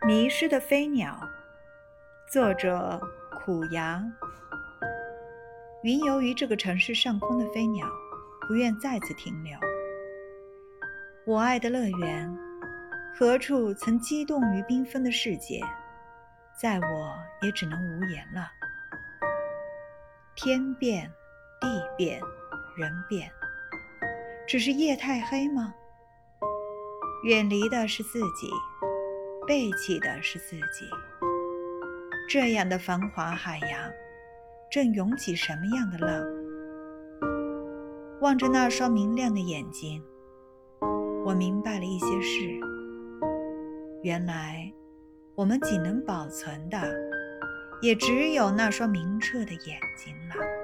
迷失的飞鸟，作者苦牙。云游于这个城市上空的飞鸟，不愿再次停留。我爱的乐园，何处曾激动于缤纷的世界，在我也只能无言了。天变，地变，人变，只是夜太黑吗？远离的是自己，背弃的是自己。这样的繁华海洋，正涌起什么样的浪？望着那双明亮的眼睛，我明白了一些事。原来，我们仅能保存的，也只有那双明澈的眼睛了。